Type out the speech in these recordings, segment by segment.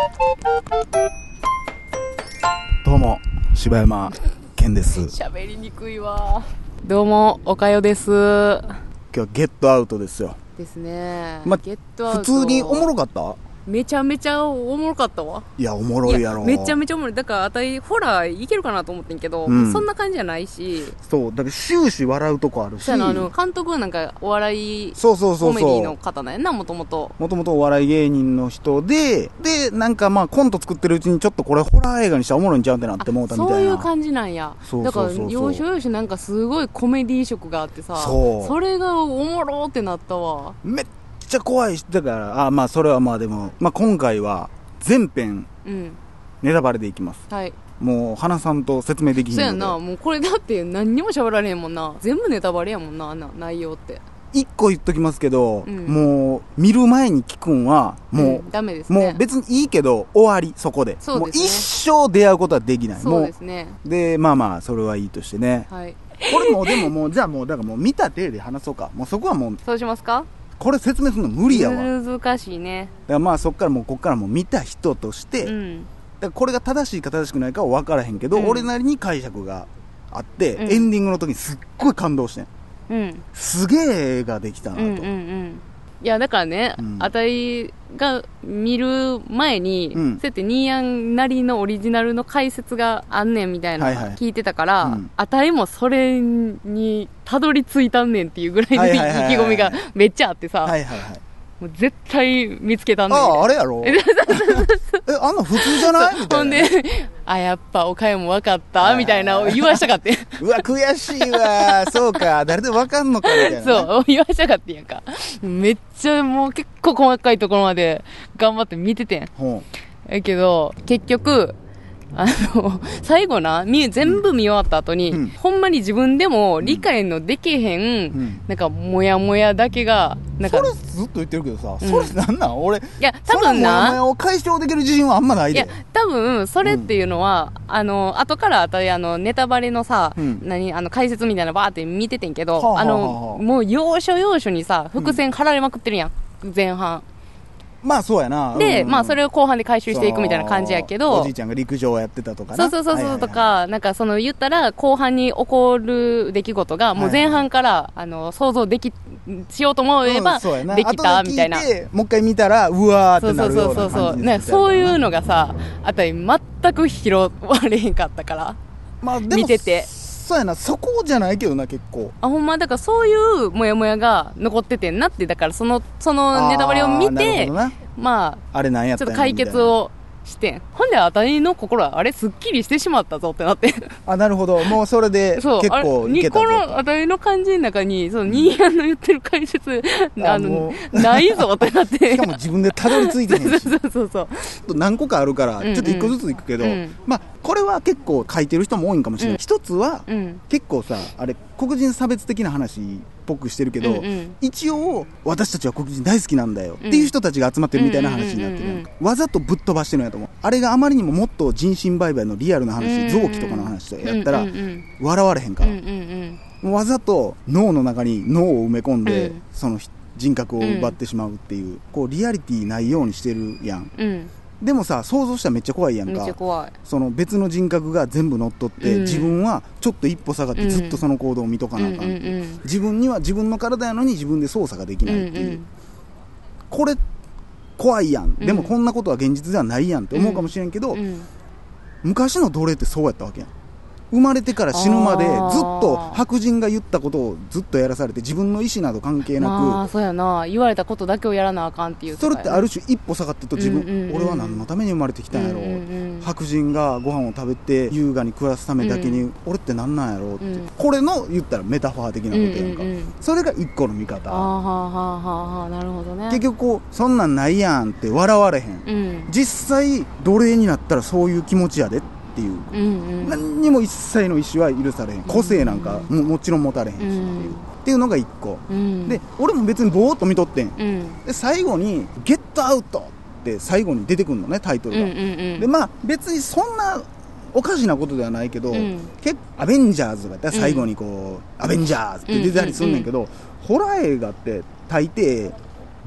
どうも柴山健です。 喋りにくいわ。どうもおかよです。 今日はゲットアウトですよ。 ですね、 ゲットアウト普通におもろかった？ めちゃめちゃおもろかったわ。 いやおもろいやろ。 めちゃめちゃおもろい。だからあたりホラーいけるかなと思ってんけど、そんな感じじゃないし。 そうだから終始笑うとこあるし、 監督なんかお笑いコメディの方なんやな。もともとお笑い芸人の人でなんかまあコント作ってるうちにちょっとこれホラー映画にしたらおもろいんちゃうってなって思ったみたいな。 そういう感じなんや。だから要所要所なんかすごいコメディ色があってさ、それがおもろってなったわ。 めっちゃ怖いし、だからまあそれはまあでも、まあ、今回は全編ネタバレでいきます、 はい。 もう花さんと説明できひんので。 そうやな、もうこれだって何にも喋られへんもんな。全部ネタバレやもんな、内容って。 一個言っときますけど、もう見る前に聞くんはもう、 ダメですね。 もう別にいいけど終わり、そこで。 そうですね、 もう一生出会うことはできない。 そうですね。 でまあまあそれはいいとしてね、 はい、 これもでももうじゃあもうだからもう見た体で話そうか。もうそこはもうそうしますか。 これ説明するの無理やわ。 難しいね。 だからまあそっからもうこっからもう見た人として、だからこれが正しいか正しくないかは分からへんけど、俺なりに解釈があって、エンディングの時にすっごい感動してん、すげえ絵ができたなと、 いやだからね、あたりが見る前に、そうやってニーヤンなりのオリジナルの解説があんねんみたいな聞いてたから、あたりもそれにたどり着いたんねんっていうぐらいの意気込みがめっちゃあってさ、もう絶対見つけたんねん。 あれやろあんな普通じゃないみたいな。 ほんでやっぱ岡山も分かったみたいな言わしたかってうわ悔しいわそうか誰でも分かんのかみたいな、 そう言わしたかってんやんか。めっちゃもう結構細かいところまで頑張って見ててん。やけど結局最後な全部見終わった後に、ほんまに自分でも理解のできへん、なんかモヤモヤだけがなんか。 それずっと言ってるけどさ、それなんなん。俺いや多分な、 そのモヤモヤを解消できる自信はあんまないで。 いや多分それっていうのは、後からあたりネタバレのさ、解説みたいなバーって見ててんけど、もう要所要所にさ伏線張られまくってるやん、前半。まあそうやな。 で、まあそれを後半で回収していくみたいな感じやけど、 おじいちゃんが陸上をやってたとかな。 そうとか、なんかその言ったら後半に起こる出来事がもう前半から想像しようと思えばできたみたいな。 もう一回見たらうわーってなるような感じで。 そういうのがさ、あたり全く拾われへんかったから、見てて。 そうやな、そこじゃないけどな、結構。 ほんまだからそういうモヤモヤが残っててんなって。だからそのネタバレを見て、まああれなんやったんやちょっと解決をしてん。ほんであたりの心はあれすっきりしてしまったぞってなってなるほど。もうそれで結構いけたぞ。 このあたりの感じの中にそのニーヤンの言ってる解説ないぞってなってしかも自分でたどり着いてへんしそう何個かあるからちょっと一個ずついくけど、まあこれは結構書いてる人も多いんかもしれない。一つは結構さ、あれ黒人差別的な話っぽくしてるけど、一応私たちは黒人大好きなんだよっていう人たちが集まってるみたいな話になってる。わざとぶっ飛ばしてるんやと思う。あれがあまりにももっと人身売買のリアルな話、臓器とかの話やったら笑われへんから、わざと脳の中に脳を埋め込んでその人格を奪ってしまうっていう、こうリアリティないようにしてるやん。でもさ、想像したらめっちゃ怖いやんか。 めっちゃ怖い。 その別の人格が全部乗っ取って、自分はちょっと一歩下がってずっとその行動を見とかなあかんって、自分には自分の体やのに自分で操作ができないっていう、これ怖いやん。でもこんなことは現実ではないやんって思うかもしれんけど、昔の奴隷ってそうやったわけやん。生まれてから死ぬまでずっと白人が言ったことをずっとやらされて、自分の意思など関係なく、 そうやな、言われたことだけをやらなあかんっていう。 それってある種一歩下がってると、自分、俺は何のために生まれてきたんやろう、白人がご飯を食べて優雅に暮らすためだけに、俺って何なんやろうって、これの言ったらメタファー的なことやんか、それが一個の見方。 なるほどね。 結局こうそんなんないやんって笑われへん、実際奴隷になったらそういう気持ちやでっていう、何にも一切の意思は許されへん、個性なんか もちろん持たれへんしっていうのが一個、で俺も別にぼーっと見とってん、で最後に「ゲットアウト」って最後に出てくるのね、タイトルが、でまあ別にそんなおかしなことではないけど、結構アベンジャーズとかやったら最後にこう、アベンジャーズって出たりすんねんけど、ホラー映画って大抵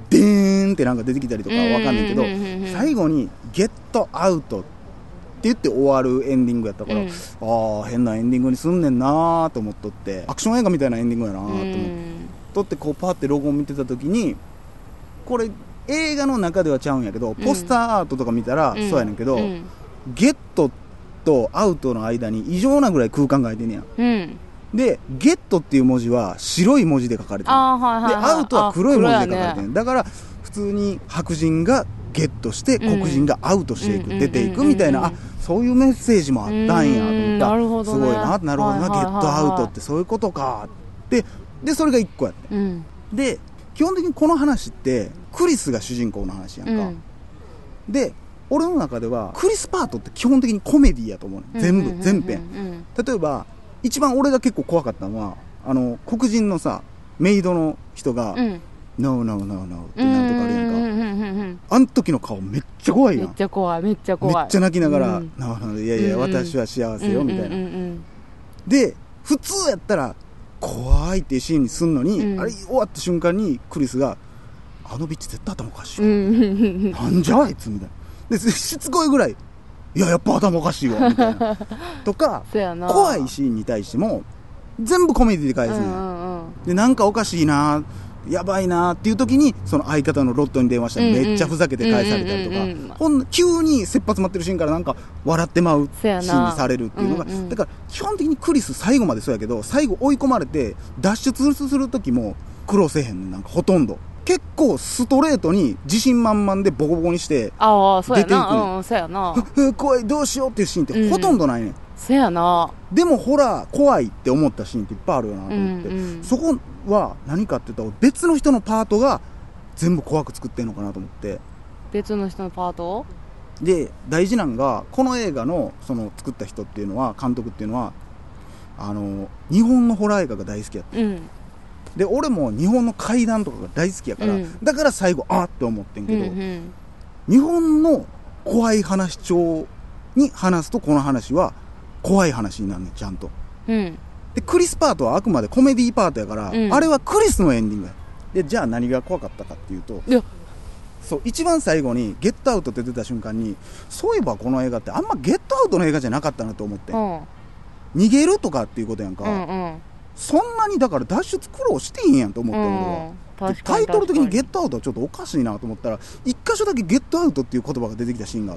デーンってなんか出てきたりとかわかんないけど、最後にゲットアウトって言って終わるエンディングやったから、ああ変なエンディングにすんねんなーと思っとって、アクション映画みたいなエンディングやなーと思っとって、こうパーってロゴを見てた時に、これ映画の中ではちゃうんやけど、ポスターアートとか見たらそうやねんけど、ゲットとアウトの間に異常なぐらい空間が空いてんねや、でゲットっていう文字は白い文字で書かれてる、でアウトは黒い文字で書かれてる、だから普通に白人がゲットして黒人がアウトしていく、出ていくみたいな、あそういうメッセージもあったんやと思った、すごいな、なるほどな、ゲットアウトってそういうことかってでそれが1個やって、で基本的にこの話ってクリスが主人公の話やんか、で俺の中ではクリスパートって基本的にコメディやと思う、全部全編、例えば一番俺が結構怖かったのは黒人のさメイドの人が、ノーノーノーノーってなるとかあるやんか、あん時の顔めっちゃ怖いやん、 めっちゃ怖いめっちゃ怖い、 めっちゃ泣きながら、ノーノーいやいや、私は幸せよみたいな、で普通やったら怖いっていうシーンにすんのに、あれ終わった瞬間にクリスがあのビッチ絶対頭おかしいよ、なんじゃあいつみたいな、でしつこいぐらいいややっぱ頭おかしいわみたいなとか怖いシーンに対しても全部コメディで返すの、でなんかおかしいなやばいなっていう時にその相方のロットに電話したらめっちゃふざけて返されたりとか、急に切羽詰まってるシーンからなんか笑ってまうシーンにされるっていうのが、だから基本的にクリス最後までそうやけど、最後追い込まれて脱出する時も苦労せえへんねん、なんかほとんど結構ストレートに自信満々でボコボコにして出ていくね、 そうやな、 怖いどうしようっていうシーンってほとんどないねん、 そうやな、 でもほら怖いって思ったシーンっていっぱいあるよなと思って、そこは何かって言ったら別の人のパートが全部怖く作ってんのかなと思って、 別の人のパートで大事なんがこの映画のその作った人っていうのは、監督っていうのは日本のホラー映画が大好きやった、で俺も日本の怪談とかが大好きやから、だから最後あって思ってんけど、日本の怖い話調に話すとこの話は怖い話になるねんちゃんと、でクリスパートはあくまでコメディーパートやから、あれはクリスのエンディングやで、じゃあ何が怖かったかっていうと、そう一番最後にゲットアウトって出た瞬間に、そういえばこの映画ってあんまゲットアウトの映画じゃなかったなと思って、逃げるとかっていうことやんか、そんなにだから脱出苦労していいんやんと思って、俺はタイトル的にゲットアウトはちょっとおかしいなと思ったら、一箇所だけゲットアウトっていう言葉が出てきたシーンがあって、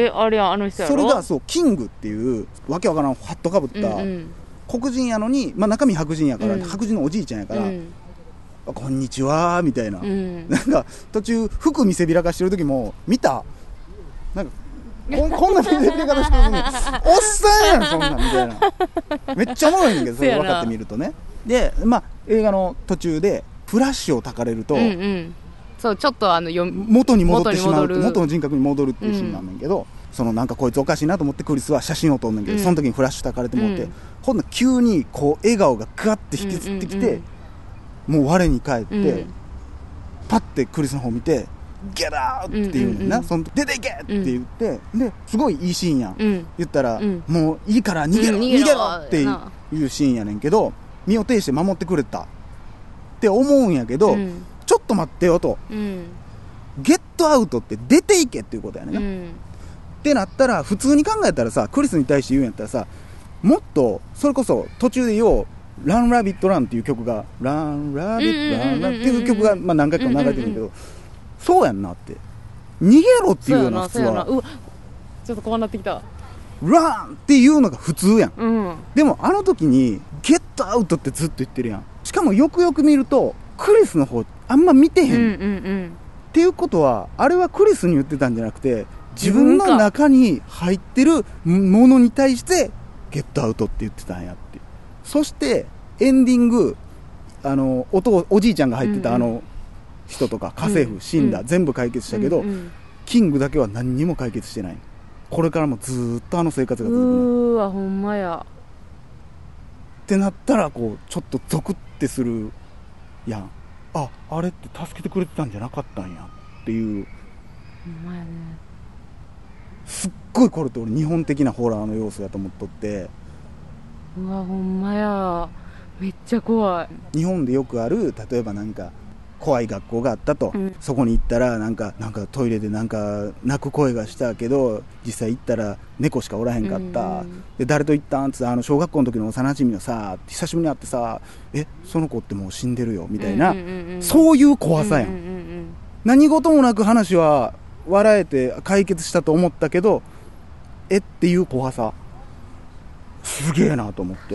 あれやあの人やろ、 それがそうキングっていうわけわからんハットかぶった黒人やのに、まあ、中身白人やから、白人のおじいちゃんやから、こんにちはみたいな、なんか途中服見せびらかしてる時も見た、なんかこんな見せびらかしてるのにおっさんやんそんなんみたいな、めっちゃおもろいんだけどそれ分かってみるとね。でまあ映画の途中でフラッシュをたかれると、 そうちょっと元に戻ってしまう、元の人格に戻るっていうシーンなんだけど、そのなんかこいつおかしいなと思ってクリスは写真を撮んねんけど、その時にフラッシュたかれてもって、今度急にこう笑顔がガッて引きつってきて、もう我に返って、パッてクリスの方見てゲッアウトって言うねんな、その出ていけって言って、ですごいいいシーンやん、言ったら、もういいから逃げろ、逃げろっていうシーンやねんけど、身を挺して守ってくれたって思うんやけど、ちょっと待ってよと、ゲットアウトって出ていけっていうことやね、ってなったら普通に考えたらさ、クリスに対して言うんやったらさ、もっとそれこそ途中でランラビットランっていう曲がランラビットランラっていう曲がまあ何回か流れてるんだけど、そうやんなって、逃げろっていうような普通はちょっと怖なってきた、 ランっていうのが普通やん、でもあの時にゲットアウトってずっと言ってるやん。しかもよくよく見るとクリスの方あんま見てへん、っていうことはあれはクリスに言ってたんじゃなくて、自分の中に入ってるものに対してゲットアウトって言ってたんやって。そしてエンディングおじいちゃんが入ってた人とか家政婦死んだ、全部解決したけど、キングだけは何にも解決してない。これからもずっと生活が続く。 うわほんまやってなったらこうちょっとゾクってするやん。あれって助けてくれてたんじゃなかったんやっていう。 ほんまやね。 すっごいこれって俺日本的なホラーの要素やと思っとって。 うわほんまや、めっちゃ怖い。 日本でよくある例えばなんか怖い学校があったと、そこに行ったらなんかトイレでなんか泣く声がしたけど実際行ったら猫しかおらへんかった、で誰と行ったんって小学校の時の幼馴染のさ久しぶりに会ってさその子ってもう死んでるよみたいな、そういう怖さやん、何事もなく話は笑えて解決したと思ったけどっていう怖さすげえなと思って、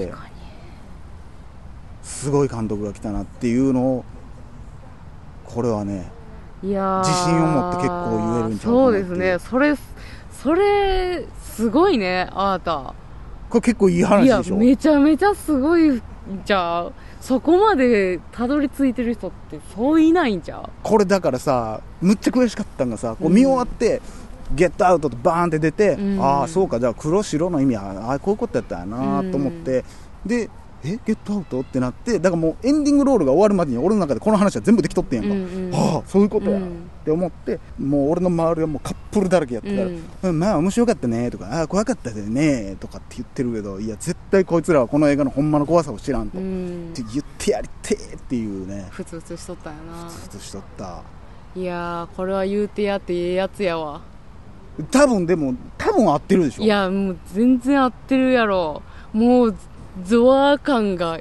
すごい監督が来たなっていうのをこれはね自信を持って結構言えるんちゃうかなっていう。 そうですね、それすごいね、あなたこれ結構いい話でしょ。 いやめちゃめちゃすごい。じゃあそこまでたどり着いてる人ってそういないんちゃう。 これだからさむっちゃ悔しかったんがさ、こう見終わって、ゲットアウトとバーンって出て、ああそうか、じゃあ黒白の意味はこういうことやったんやなと思って、でゲットアウトってなって、だからもうエンディングロールが終わるまでに俺の中でこの話は全部できとってんやんか、ああそういうことやって思って、もう俺の周りはもうカップルだらけやったから、まあ面白かったねとか、怖かったでねとかって言ってるけど、いや絶対こいつらはこの映画のほんまの怖さを知らんと、って言ってやりてーっていうね。 ふつふつしとったんやな。 ふつふつしとった。 いやーこれは言うてやってええやつやわ。 多分合ってるでしょ。 いやもう全然合ってるやろ。もうゾワ感が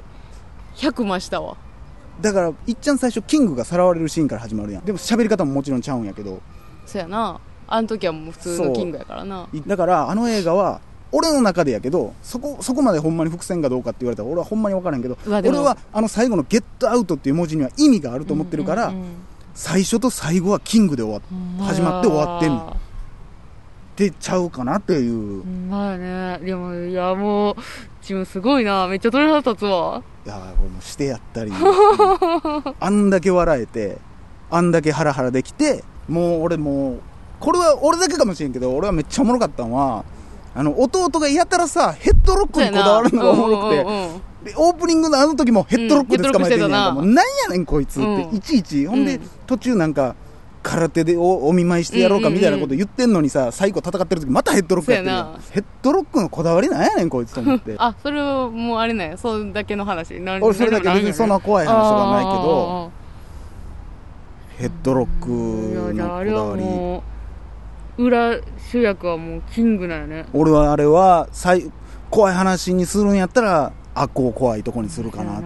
100増したわ。 だからいっちゃん最初キングがさらわれるシーンから始まるやん。でも喋り方ももちろんちゃうんやけど、 そうやな、あの時はもう普通のキングやからな。 だからあの映画は俺の中でやけど、そこまでほんまに伏線かどうかって言われたら俺はほんまに分からんけど、俺は最後のゲットアウトっていう文字には意味があると思ってるから、最初と最後はキングで始まって終わってんのってちゃうかなっていう。 まあね、でもいやもう自分すごいな、めっちゃ鳥肌立つわ。 いやこれもしてやったりあんだけ笑えてあんだけハラハラできて、もうこれは俺だけかもしれんけど、俺はめっちゃおもろかったのは弟がやたらさヘッドロックにこだわるのがおもろくて、でオープニングのあの時もヘッドロックで捕まえてんねんか、もうなんやねんこいつって、いちいちほんで途中なんか空手で お見舞いしてやろうかみたいなこと言ってんのにさ、最後戦ってる時またヘッドロックやってるやん。ヘッドロックのこだわりなんやねんこいつと思ってあ、それはもうあれなんや、それだけの話。 俺それだけ別にそんな怖い話とかないけど、ヘッドロックのこだわり、 もう裏主役はもうキングなんやね。 俺はあれは怖い話にするんやったらこう怖いとこにするかなっていう。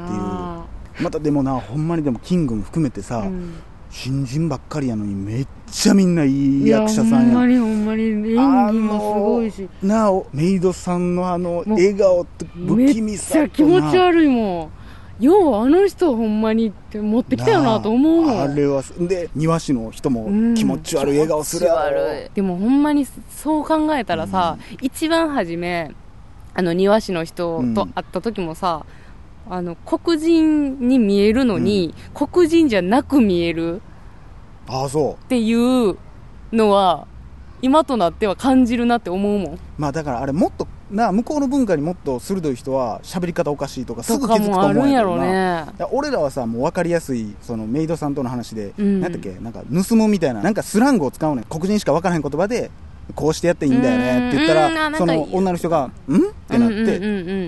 またでもな、ほんまにでもキングも含めてさ、新人ばっかりやのにめっちゃみんないい役者さんや。 ほんまに演技もすごいし、 メイドさんの笑顔と不気味さとな、 めっちゃ気持ち悪いもん。ようあの人ほんまにって持ってきたよなと思うもん。 あれはで庭師の人も気持ち悪い笑顔するやろ。 でもほんまにそう考えたらさ、一番初め庭師の人と会った時もさ、黒人に見えるのに、黒人じゃなく見えるっていうのは今となっては感じるなって思うもん。 まあだからあれもっと向こうの文化にもっと鋭い人は喋り方おかしいとかすぐ気づくと思うんやけどな。俺らはさもう分かりやすいそのメイドさんとの話で、なんだっけ、なんか盗むみたいななんかスラングを使うねん。黒人しか分からへん言葉でこうしてやっていいんだよねって言ったら、その女の人がんってなって、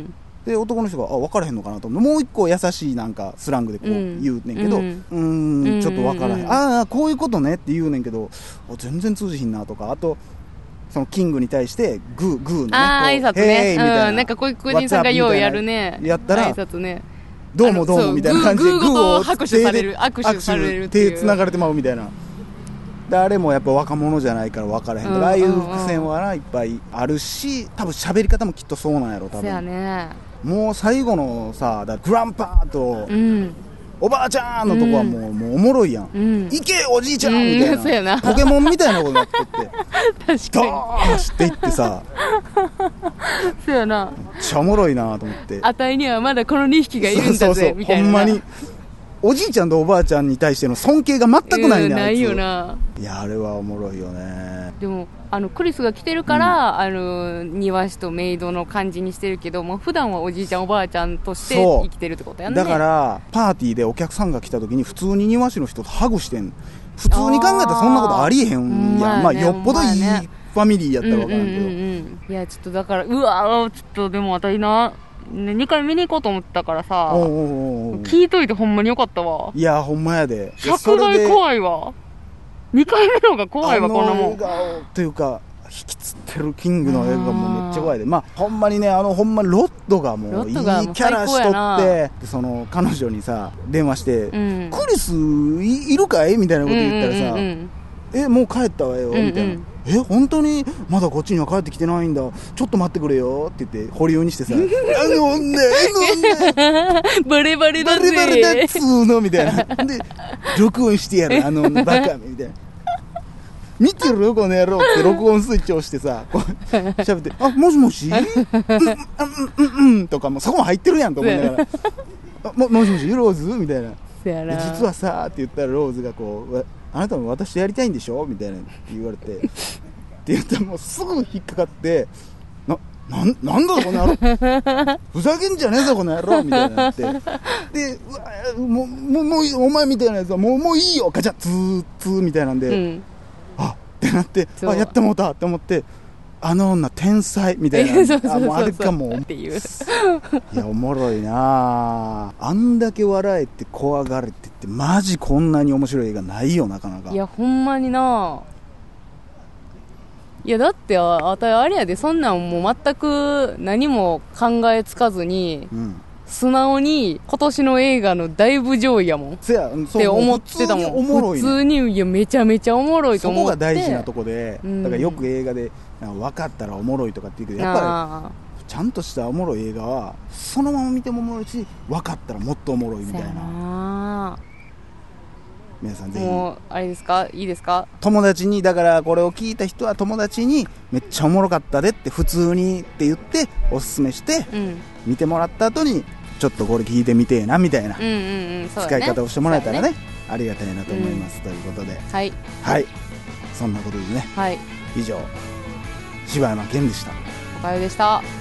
で男の人が分からへんのかなと思って、もう一個優しいなんかスラングでこう言うねんけど、ちょっと分からへん、こういうことねって言うねんけど全然通じひんなとか、あとそのキングに対してグーのね、 挨拶ね、 みたいな、 なんかこういう黒人さんがようやるね、 やったら挨拶ね、 どうもみたいな感じでグーを拍手される手繋がれてまうみたいな。誰もやっぱ若者じゃないから分からへんから、ああいう伏線はいっぱいあるし、多分喋り方もきっとそうなんやろ多分。 そうやね。 もう最後のさ、グランパーと、おばあちゃんのとこはもうおもろいやん、行けおじいちゃんみたいな、 そうやな、 ポケモンみたいなことになってって確かにドーン走っていってさそうやな、 めっちゃおもろいなと思って、 あたいにはまだこの2匹がいるんだぜみたいな。 ほんまにおじいちゃんとおばあちゃんに対しての尊敬が全くないね、 ないよな。 いやあれはおもろいよね。 でもクリスが来てるから、庭師とメイドの感じにしてるけども、普段はおじいちゃんおばあちゃんとして生きてるってことやんね。 だからパーティーでお客さんが来た時に普通に庭師の人とハグしてん。普通に考えたらそんなことありえへんやん。まあよっぽどいいファミリーやったら分からんけど、 いやちょっとだからちょっとでもあたりな 2回見に行こうと思ってたからさ、聞いといてほんまによかったわ。 いやほんまやで。 100倍怖いわ。2回目の方が怖いわ、こんなもん。 映画というか引きつってるキングの映画もめっちゃ怖いで、まあほんまにね、ほんまロッドがもういいキャラしとって、その彼女にさ電話して、クリス いるかいみたいなこと言ったらさ、もう帰ったわよみたいな。本当にまだこっちには帰ってきてないんだ、ちょっと待ってくれよって言って保留にしてさバレバレだぜ、 バレバレだっつーのみたいなで録音してやるバカみたいな見てるよこの野郎って録音スイッチ押してさこう喋ってもしもしとかもそこも入ってるやんと思いながらもしもしローズみたいな、実はさって言ったらローズがこうあなたも私とやりたいんでしょみたいなって言われてって言ったらもうすぐ引っかかってなんだこの野郎ふざけんじゃねえぞこの野郎みたいになってでもうお前みたいなやつはもういいよガチャツーツーみたいなんで、ってなってやってもうたって思って、あの女天才みたいなもうあれかもっていういやおもろいなあんだけ笑えて怖がれてってマジこんなに面白い映画ないよなかなか。 いやほんまにな。いやだってあれやで、そんなんもう全く何も考えつかずに、素直に今年の映画のだいぶ上位やもんって思ってたもん。普通にいやめちゃめちゃおもろいと思って、 そこが大事なとこで、だからよく映画で分かったらおもろいとかって言うけど、やっぱりちゃんとしたおもろい映画はそのまま見てもおもろいし、分かったらもっとおもろいみたいな。皆さんぜひもうあれですか、いいですか、 友達に、だからこれを聞いた人は友達にめっちゃおもろかったでって普通にって言っておすすめして、見てもらった後にちょっとこれ聞いてみてえなみたいな使い方をしてもらえたらね、ありがたいなと思います、ということで、はい、そんなことでね、以上柴山健でした。 おかゆでした。